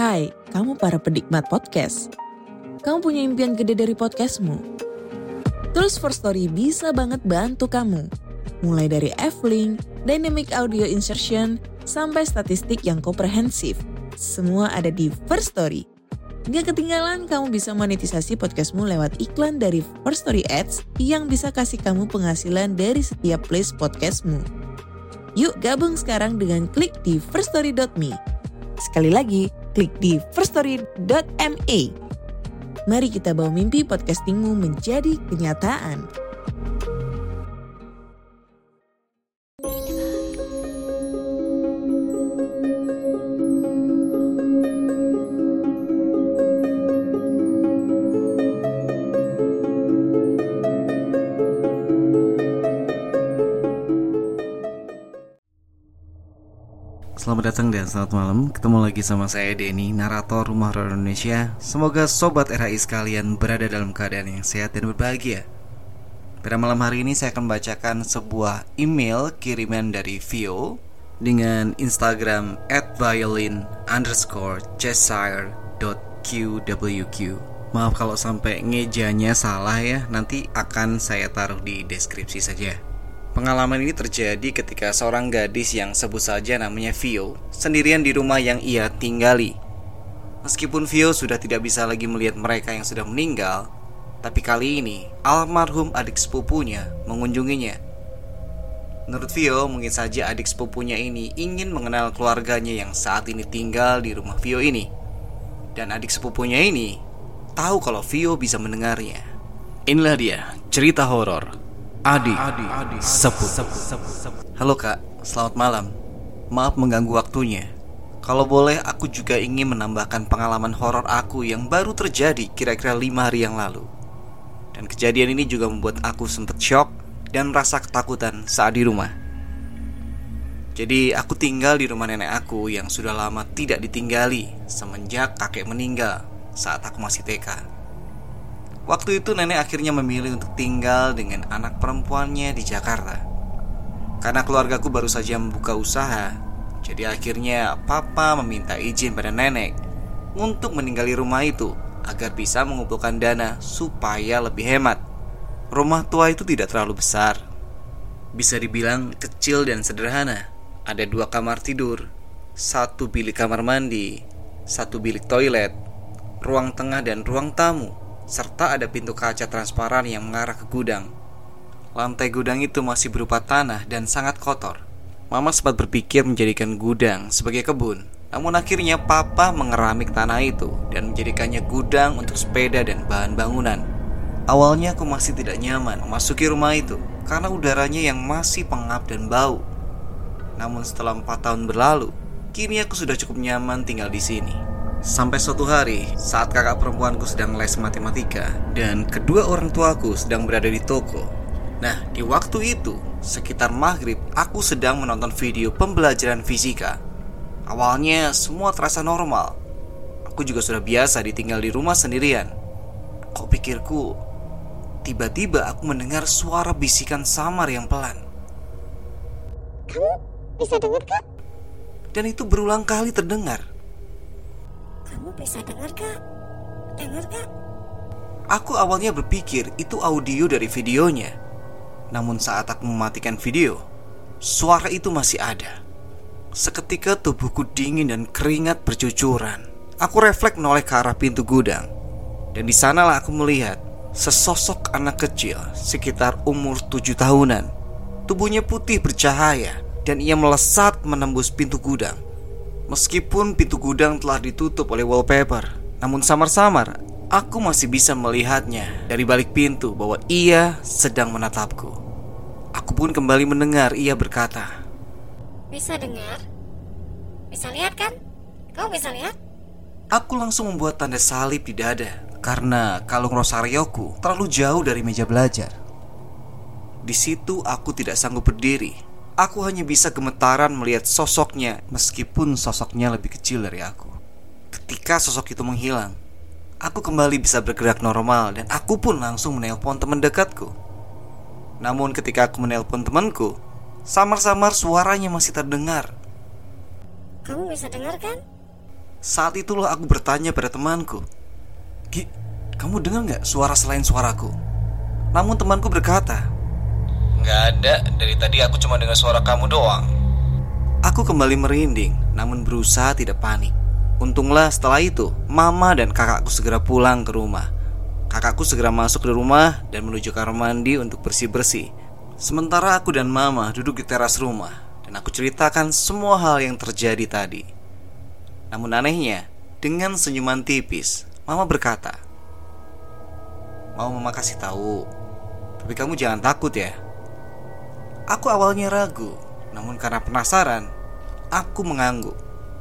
Hai, kamu para penikmat podcast. Kamu punya impian gede dari podcastmu? Tools for Story bisa banget bantu kamu. Mulai dari F-Link, Dynamic Audio Insertion, sampai statistik yang komprehensif. Semua ada di First Story. Gak ketinggalan kamu bisa monetisasi podcastmu lewat iklan dari First Story Ads yang bisa kasih kamu penghasilan dari setiap place podcastmu. Yuk gabung sekarang dengan klik di firststory.me. Sekali lagi, klik di firststory.me. Mari kita bawa mimpi podcastingmu menjadi kenyataan. Selamat datang dan selamat malam. Ketemu lagi sama saya Denny, narator Rumah Horor Indonesia. Semoga sobat RHI sekalian berada dalam keadaan yang sehat dan berbahagia. Pada malam hari ini saya akan bacakan sebuah email kiriman dari Vio dengan Instagram @violin_cheshire.qwq. Maaf kalau sampai ngejanya salah ya, nanti akan saya taruh di deskripsi saja. Pengalaman ini terjadi ketika seorang gadis yang sebut saja namanya Vio sendirian di rumah yang ia tinggali. Meskipun Vio sudah tidak bisa lagi melihat mereka yang sudah meninggal, tapi kali ini almarhum adik sepupunya mengunjunginya. Menurut Vio, mungkin saja adik sepupunya ini ingin mengenal keluarganya yang saat ini tinggal di rumah Vio ini. Dan adik sepupunya ini tahu kalau Vio bisa mendengarnya. Inilah dia cerita horor Adik Sepupu. Halo kak, selamat malam. Maaf mengganggu waktunya. Kalau boleh aku juga ingin menambahkan pengalaman horor aku yang baru terjadi kira-kira 5 hari yang lalu. Dan kejadian ini juga membuat aku sempat shock dan rasa ketakutan saat di rumah. Jadi aku tinggal di rumah nenek aku yang sudah lama tidak ditinggali semenjak kakek meninggal saat aku masih TK. Waktu itu nenek akhirnya memilih untuk tinggal dengan anak perempuannya di Jakarta. Karena keluargaku baru saja membuka usaha, jadi akhirnya papa meminta izin pada nenek untuk meninggali rumah itu agar bisa mengumpulkan dana supaya lebih hemat. Rumah tua itu tidak terlalu besar, bisa dibilang kecil dan sederhana. Ada 2 kamar tidur, 1 bilik kamar mandi, 1 bilik toilet, ruang tengah dan ruang tamu, serta ada pintu kaca transparan yang mengarah ke gudang. Lantai gudang itu masih berupa tanah dan sangat kotor. Mama sempat berpikir menjadikan gudang sebagai kebun, namun akhirnya papa mengeramik tanah itu dan menjadikannya gudang untuk sepeda dan bahan bangunan. Awalnya aku masih tidak nyaman memasuki rumah itu karena udaranya yang masih pengap dan bau. Namun setelah 4 tahun berlalu, kini aku sudah cukup nyaman tinggal di sini. Sampai suatu hari, saat kakak perempuanku sedang les matematika dan kedua orang tuaku sedang berada di toko. Nah, di waktu itu, sekitar maghrib, aku sedang menonton video pembelajaran fisika. Awalnya semua terasa normal. Aku juga sudah biasa ditinggal di rumah sendirian. Kok pikirku, tiba-tiba aku mendengar suara bisikan samar yang pelan. Kamu bisa dengar kak? Dan itu berulang kali terdengar. Kamu bisa dengar kak? Dengar kak? Aku awalnya berpikir itu audio dari videonya. Namun saat aku mematikan video, suara itu masih ada. Seketika tubuhku dingin dan keringat bercucuran. Aku refleks menoleh ke arah pintu gudang. Dan di sanalah aku melihat sesosok anak kecil sekitar umur 7 tahunan. Tubuhnya putih bercahaya dan ia melesat menembus pintu gudang. Meskipun pintu gudang telah ditutup oleh wallpaper, namun samar-samar aku masih bisa melihatnya dari balik pintu bahwa ia sedang menatapku. Aku pun kembali mendengar ia berkata, Bisa dengar? Bisa lihat kan? Kamu bisa lihat? Aku langsung membuat tanda salib di dada karena kalung rosarioku terlalu jauh dari meja belajar. Di situ aku tidak sanggup berdiri. Aku hanya bisa gemetaran melihat sosoknya, meskipun sosoknya lebih kecil dari aku. Ketika sosok itu menghilang, aku kembali bisa bergerak normal dan aku pun langsung menelpon teman dekatku. Namun ketika aku menelpon temanku, samar-samar suaranya masih terdengar. Kamu bisa dengar kan? Saat itulah aku bertanya pada temanku, "Gi, kamu dengar gak suara selain suaraku?" Namun temanku berkata, "Gak ada, dari tadi aku cuma dengar suara kamu doang." Aku kembali merinding, namun berusaha tidak panik. Untunglah setelah itu, mama dan kakakku segera pulang ke rumah. Kakakku segera masuk ke rumah dan menuju kamar mandi untuk bersih-bersih. Sementara aku dan mama duduk di teras rumah, dan aku ceritakan semua hal yang terjadi tadi. Namun anehnya, dengan senyuman tipis, mama berkata, "Mau mama kasih tahu, tapi kamu jangan takut ya." Aku awalnya ragu, namun karena penasaran, aku mengangguk.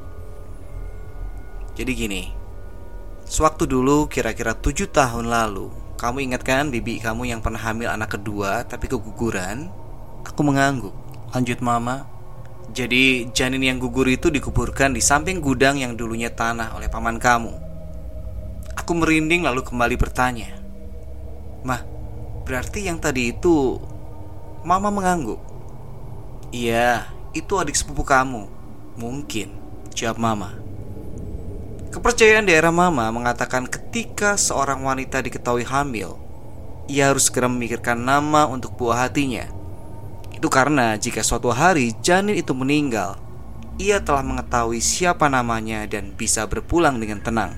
Jadi gini, sewaktu dulu kira-kira 7 tahun lalu, kamu ingat kan bibi kamu yang pernah hamil anak kedua tapi keguguran? Aku mengangguk. Lanjut mama. Jadi janin yang gugur itu dikuburkan di samping gudang yang dulunya tanah oleh paman kamu. Aku merinding lalu kembali bertanya, "Mah, berarti yang tadi itu..." Mama mengangguk. "Iya, itu adik sepupu kamu. Mungkin," jawab mama. Kepercayaan daerah mama mengatakan ketika seorang wanita diketahui hamil, ia harus segera memikirkan nama untuk buah hatinya. Itu karena jika suatu hari janin itu meninggal, ia telah mengetahui siapa namanya dan bisa berpulang dengan tenang.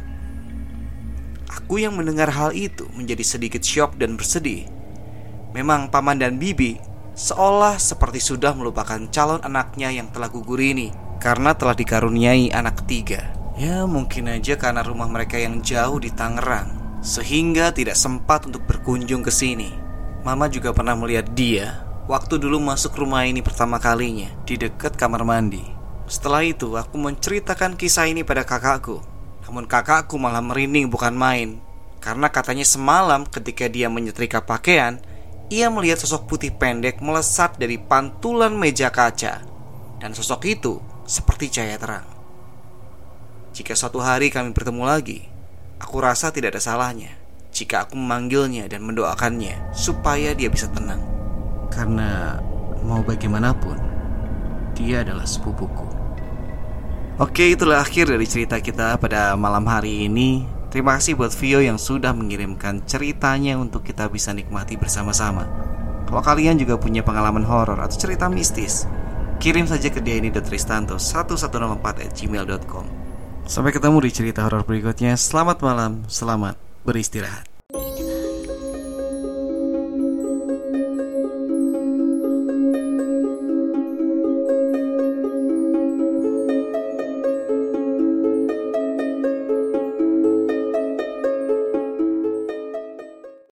Aku yang mendengar hal itu menjadi sedikit syok dan bersedih. Memang paman dan bibi seolah seperti sudah melupakan calon anaknya yang telah gugur ini karena telah dikaruniai anak ketiga. Ya mungkin aja karena rumah mereka yang jauh di Tangerang, sehingga tidak sempat untuk berkunjung ke sini. Mama juga pernah melihat dia waktu dulu masuk rumah ini pertama kalinya di dekat kamar mandi. Setelah itu aku menceritakan kisah ini pada kakakku. Namun kakakku malah merinding bukan main, karena katanya semalam ketika dia menyetrika pakaian, ia melihat sosok putih pendek melesat dari pantulan meja kaca. Dan sosok itu seperti cahaya terang. Jika suatu hari kami bertemu lagi, aku rasa tidak ada salahnya jika aku memanggilnya dan mendoakannya supaya dia bisa tenang. Karena mau bagaimanapun, dia adalah sepupuku. Oke, itulah akhir dari cerita kita pada malam hari ini. Terima kasih buat Vio yang sudah mengirimkan ceritanya untuk kita bisa nikmati bersama-sama. Kalau kalian juga punya pengalaman horor atau cerita mistis, kirim saja ke diani.tristanto1104@gmail.com. Sampai ketemu di cerita horor berikutnya. Selamat malam, selamat beristirahat.